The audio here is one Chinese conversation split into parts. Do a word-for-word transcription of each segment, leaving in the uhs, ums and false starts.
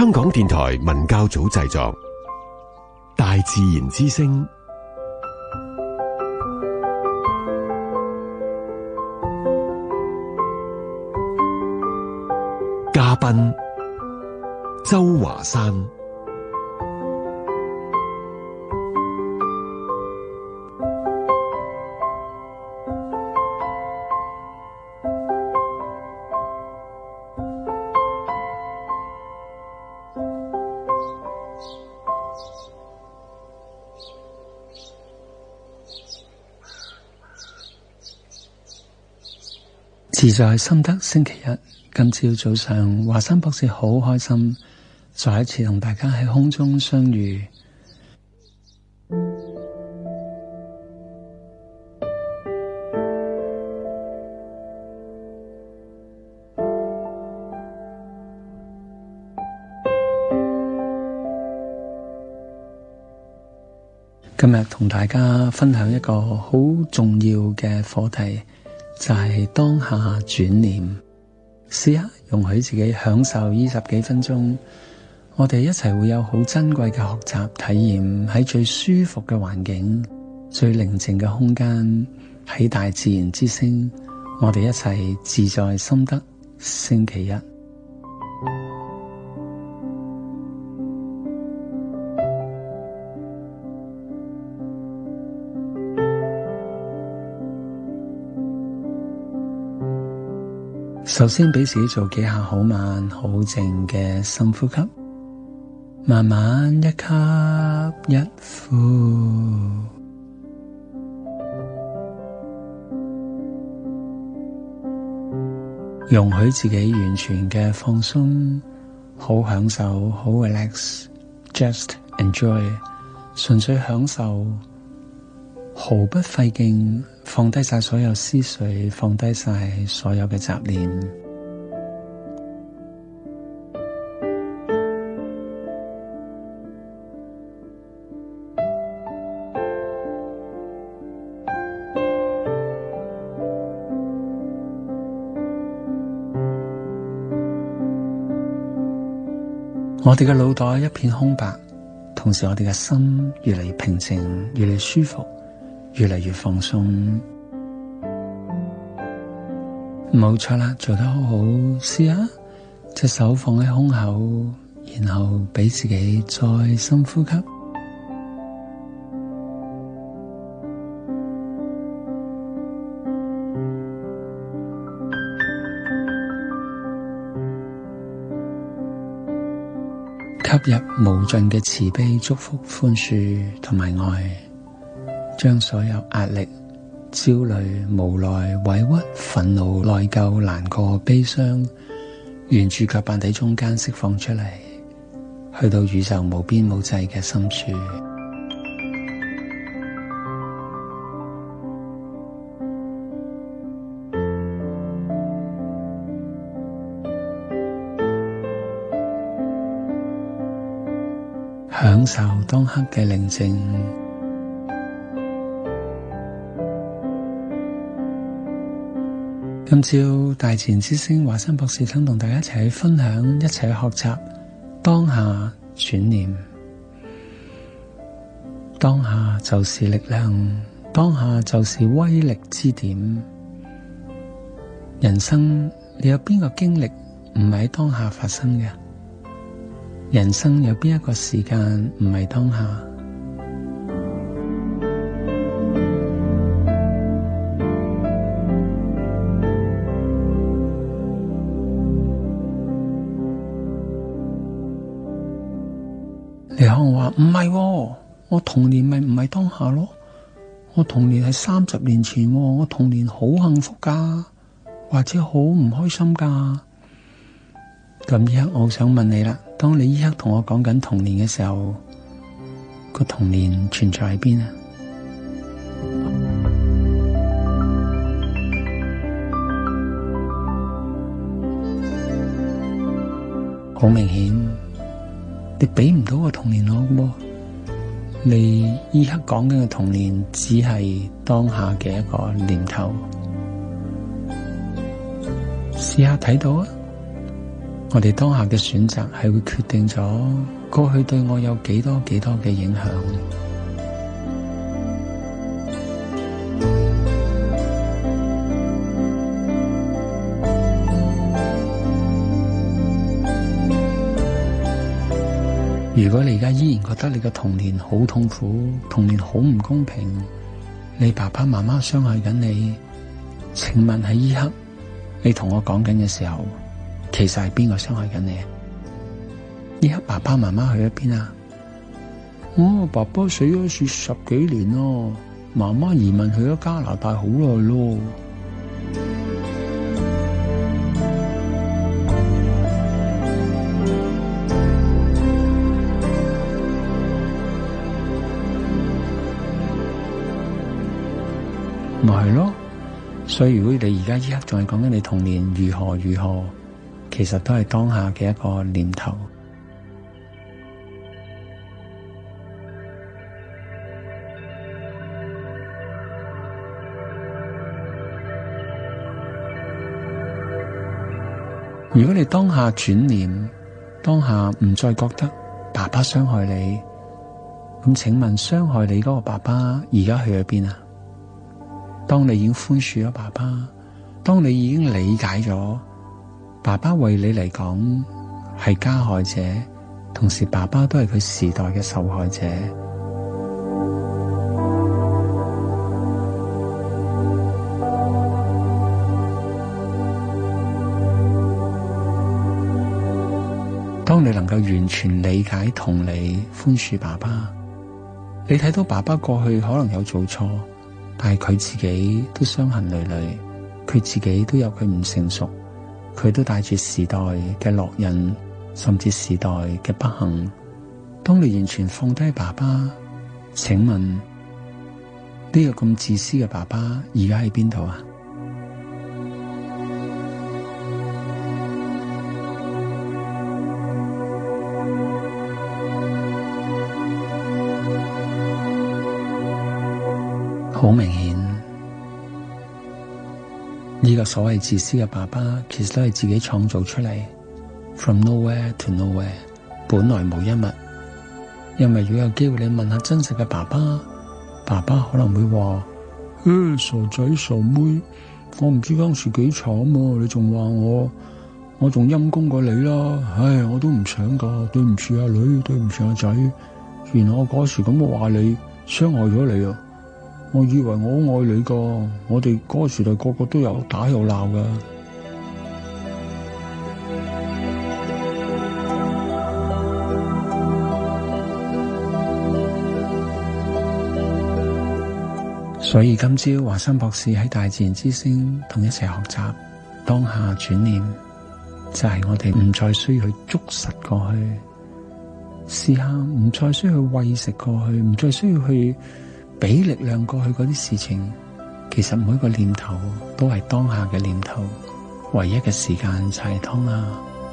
香港電台文教組製作，《大自然之聲》。嘉賓周華山。 自在心得星期一，今朝早上華山博士好開心再一次同大家喺空中相遇。今日同大家分享一個好重要嘅課題，就係當下轉念。試下容許自己享受呢十幾分鐘，我哋一齊會有好珍貴嘅學習體驗，喺最舒服嘅環境、最寧靜嘅空間，喺大自然之聲，我哋一齊自在心得星期一。首先俾自己做幾下好慢好靜嘅深呼吸，慢慢一吸一呼，容許自己完全嘅放鬆，好享受，好 relax，just enjoy， 純粹享受，毫不費勁，放低晒所有思緒，放低晒所有嘅雜念。我哋嘅腦袋一片空白，同時我哋嘅心越嚟越平靜，越嚟越舒服，越嚟越放鬆。冇錯啦，做得好好。試下隻手放喺胸口，然後俾自己再深呼吸，吸入無盡嘅慈悲、祝福、寬恕同埋愛，將所有壓力、焦慮、無奈、委屈、憤怒、內疚、難過、悲傷，沿住腳板底中間釋放出嚟，去到宇宙無邊無際嘅深處。享受當刻嘅寧靜。今朝大自然之聲華山博士想同大家一齊去分享，一齊去學習當下轉念。當下就是力量，當下就是威力之點。人生你有邊個經歷唔係喺當下發生嘅？人生有邊一個時間唔係當下？你可能話唔係喎，我童年咪唔係當下咯？我童年係三十年前喎，我童年好幸福噶，或者好唔開心噶。咁依刻我想問你啦，當你依刻同我講緊童年嘅時候，個童年存在喺邊啊？好明顯，你俾唔到個童年我嘅喎。你依刻講緊嘅童年，只係當下嘅一個念頭。試下睇到啊！ 我哋當下嘅選擇係會決定咗過去對我有幾多幾多嘅影響。如果你而家依然覺得你嘅童年好痛苦，童年好唔公平，你爸爸媽媽傷害緊你，請問喺依刻你同我講緊嘅時候，其實係邊個傷害緊你啊？依刻爸爸媽媽去咗邊啊？哦，爸爸死咗是十幾年咯，媽媽移民去咗加拿大好耐咯。咪係咯，所以如果你而家依刻仲係講緊你童年如何如何，其實都係當下嘅一個念頭。如果你當下轉念，當下唔再覺得爸爸傷害你，咁請問傷害你嗰個爸爸而家去咗邊啊？當你已經寬恕咗爸爸，當你已經理解咗爸爸為你嚟講係加害者，同時爸爸都係佢時代嘅受害者。當你能夠完全理解、同理、寬恕爸爸，你睇到爸爸過去可能有做錯，但係佢自己都傷痕累累，佢自己都有佢唔成熟，佢都帶住時代嘅烙印，甚至時代嘅不幸。當你完全放低爸爸，請問呢個咁自私嘅爸爸而家喺邊度啊？好明顯，呢個所謂自私嘅爸爸，其實都係自己創造出嚟 ，from nowhere to nowhere， 本來無一物。因為如果有機會你問下真實嘅爸爸，爸爸可能會話：誒，傻仔傻妹，我唔知當時幾慘啊！你仲話我，我仲陰公過你啦！唉，我都唔想噶，對唔住阿女，對唔住阿仔，原來我嗰時咁嘅話你，傷害咗你啊！我以為我好愛你噶，我哋嗰個時代個個都有打有鬧噶。所以今朝華山博士喺大自然之聲同一齊學習當下轉念，就係我哋唔再需要去捉實過去，試下唔再需要去餵食過去，唔再需要去俾力量過去嗰啲事情，其實每一個念頭都係當下嘅念頭，唯一嘅時間就係當下。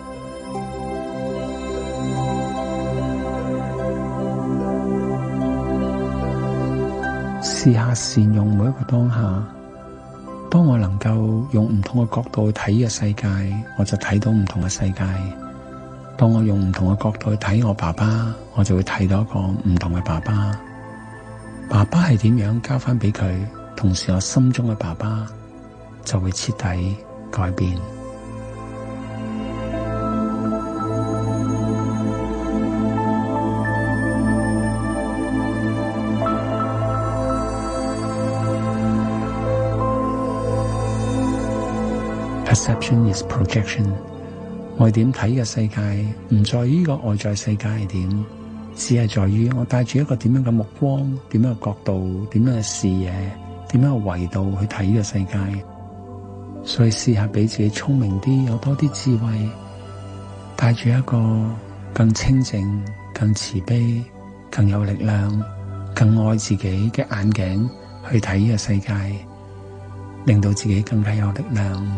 試下善用每一個當下，當我能夠用唔同嘅角度去睇呢個世界，我就睇到唔同嘅世界。當我用唔同嘅角度去睇我爸爸，我就會睇到一個唔同嘅爸爸。爸爸係點樣交翻俾佢，同時我心中嘅爸爸就會徹底改變。Perception is projection。我點睇嘅世界，唔在於個外在世界係點，只係在於我帶住一個點樣嘅目光、點樣嘅角度、點樣嘅視野、點樣嘅維度去睇呢個世界。所以試下俾自己聰明啲，有多啲智慧，帶住一個更清靜、更慈悲、更有力量、更愛自己嘅眼鏡去睇呢個世界，令到自己更加有力量。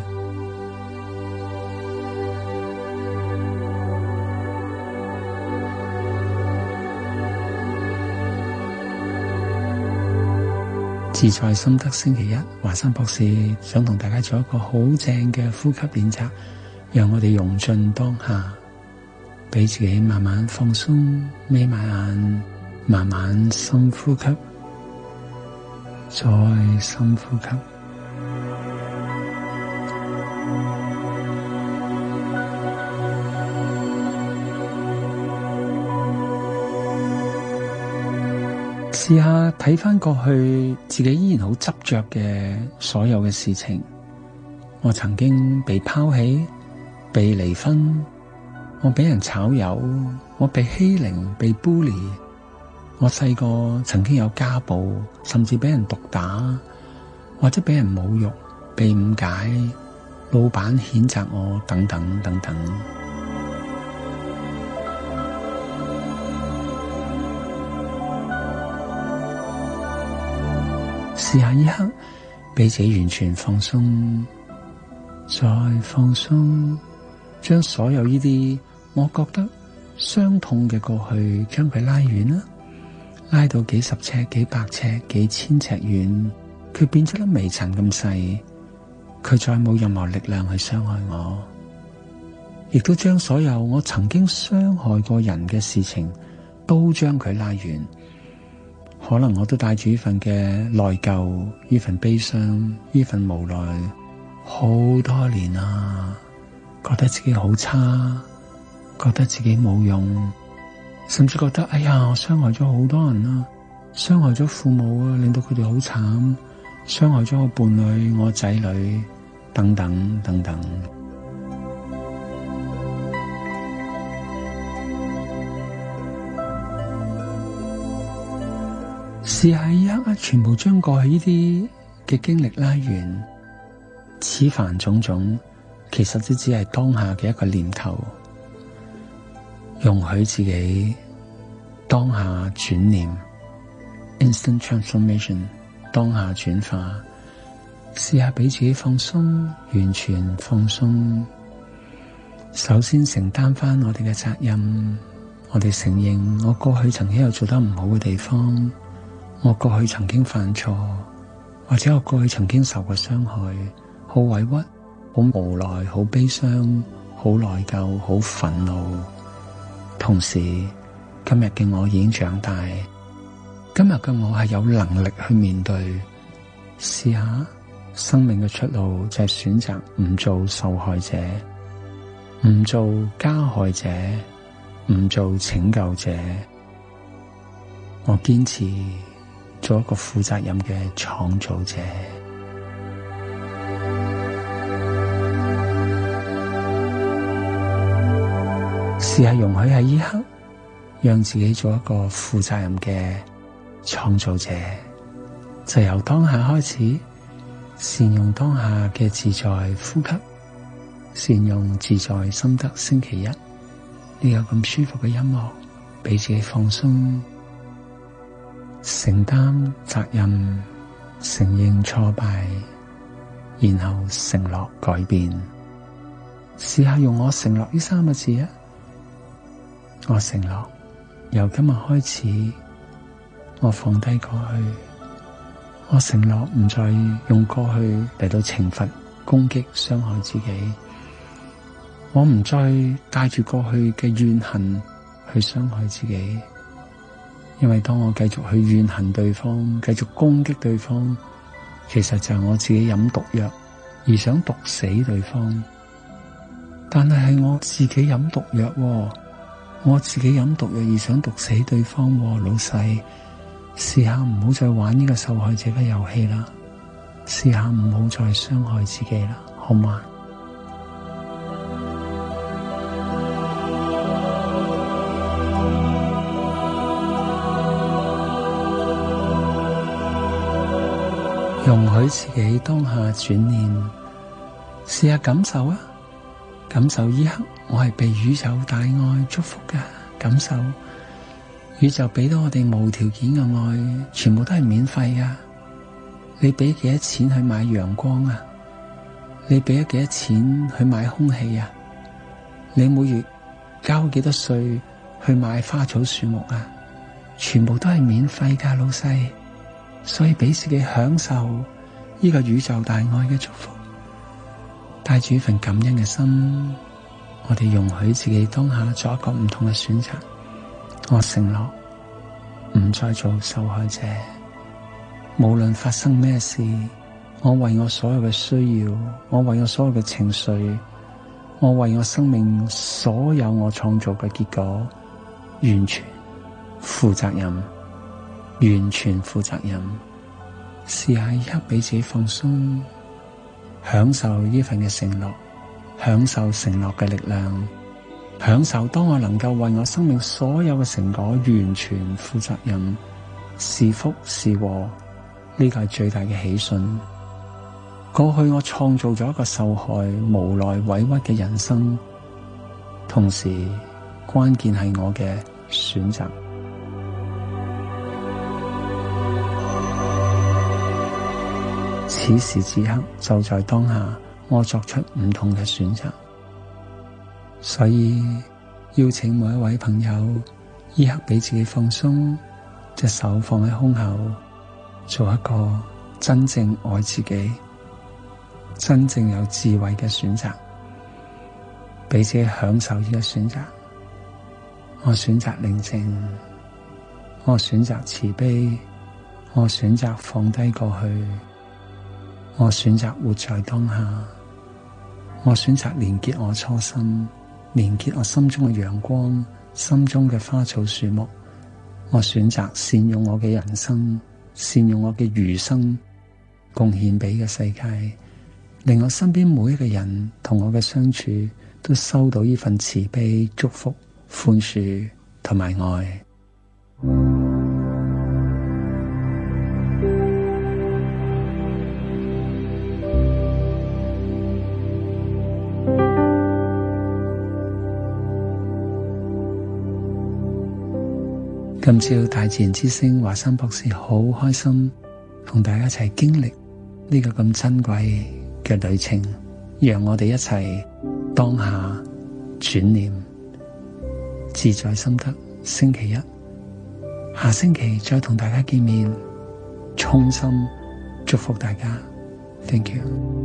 自在心得星期一，華山博士想同大家做一個好正嘅呼吸練習。 讓我哋用盡當下，俾自己慢慢放鬆，眯埋眼，慢慢深呼吸，再深呼吸。試下睇返過去自己依然好執着嘅所有嘅事情，我曾經被拋棄，被離婚，我俾人炒魷，我被欺凌，被 bully， 我細個曾經有家暴，甚至俾人毒打，或者俾人侮辱，被誤解，老闆譴責我，等等等等。試下一刻俾自己完全放鬆，再放鬆，將所有呢啲我覺得傷痛嘅過去，將佢拉遠啦，拉到幾十尺、幾百尺、幾千尺遠，佢變咗粒微塵咁細，佢再冇任何力量去傷害我，亦都將所有我曾經傷害過人嘅事情，都將佢拉遠。可能我都帶住呢份嘅內疚，呢份悲傷，呢份無奈，好多年啦，覺得自己好差，覺得自己冇用，甚至覺得哎呀，我傷害咗好多人啦，傷害咗父母啊，令到佢哋好慘，傷害咗我伴侶、我仔女，等等等等。試下一刻全部將過去呢啲嘅經歷拉遠，此凡種種其實都只係當下嘅一個念頭，容許自己當下轉念 instant transformation， 當下轉化。試下俾自己放鬆，完全放鬆。首先承擔翻我哋嘅責任，我哋承認我過去曾經有做得唔好嘅地方，我過去曾經犯錯，或者我過去曾經受過傷害，好委屈，好無奈，好悲傷，好內疚，好憤怒。同時，今日嘅我已經長大，今日嘅我係有能力去面對。試下，生命嘅出路就係選擇唔做受害者，唔做加害者，唔做拯救者。我堅持做一個負責任嘅創造者。試下容許喺呢刻，讓自己做一個負責任嘅創造者，就由當下開始，善用當下嘅自在呼吸，善用自在心得星期一，呢個咁舒服嘅音樂，俾自己放鬆。承擔責任，承認挫敗，然後承諾改變。試下用我承諾呢三個字啊！我承諾由今日開始，我放低過去。我承諾唔再用過去嚟到懲罰、攻擊、傷害自己。我唔再帶住過去嘅怨恨去傷害自己。因為當我繼續去怨恨對方，繼續攻擊對方，其實就係我自己飲毒藥，而想毒死對方。但係係我自己飲毒藥，我自己飲毒藥而想毒死對方。老細，試下唔好再玩呢個受害者嘅遊戲啦，試下唔好再傷害自己啦，好嗎？容許自己當下轉念，試下感受啊！感受呢刻我係被宇宙大愛祝福嘅感受。宇宙俾到我哋無條件嘅愛，全部都係免費噶。你俾幾多錢去買陽光啊？你俾咗幾多錢去買空氣啊？你每月交幾多稅去買花草樹木啊？全部都係免費噶，老細。所以俾自己享受呢個宇宙大愛嘅祝福， 帶住一份感恩嘅心，我哋容許自己當下做一個唔同嘅選擇。我承諾唔再做受害者，無論發生咩事，我為我所有嘅需要，我為我所有嘅情緒，我為我生命所有我創造嘅結果，完全負責任，完全負責任。試下一刻俾自己放鬆，享受呢份嘅承諾，享受承諾嘅力量，享受當我能夠為我生命所有嘅成果完全負責任，是福是禍，呢個係最大嘅喜訊。過去我創造咗一個受害、無奈、委屈嘅人生，同時關鍵係我嘅選擇。此時此刻就在當下，我作出唔同嘅選擇。所以邀請每一位朋友，依刻俾自己放鬆，隻手放喺胸口，做一個真正愛自己、真正有智慧嘅選擇，俾自己享受呢個選擇。我選擇寧靜，我選擇慈悲，我選擇放低過去，我選擇活在當下，我選擇連結我初心，連結我心中嘅陽光，心中嘅花草樹木。我選擇善用我嘅人生，善用我嘅餘生，貢獻俾嘅世界，令我身邊每一個人同我嘅相處都收到呢份慈悲、祝福、寬恕同埋愛。今朝大自然之聲華山博士好開心同大家一齊經歷呢個咁珍貴嘅旅程，讓我哋一齊當下轉念，自在心得星期一，下星期再同大家見面，衷心祝福大家。Thank you。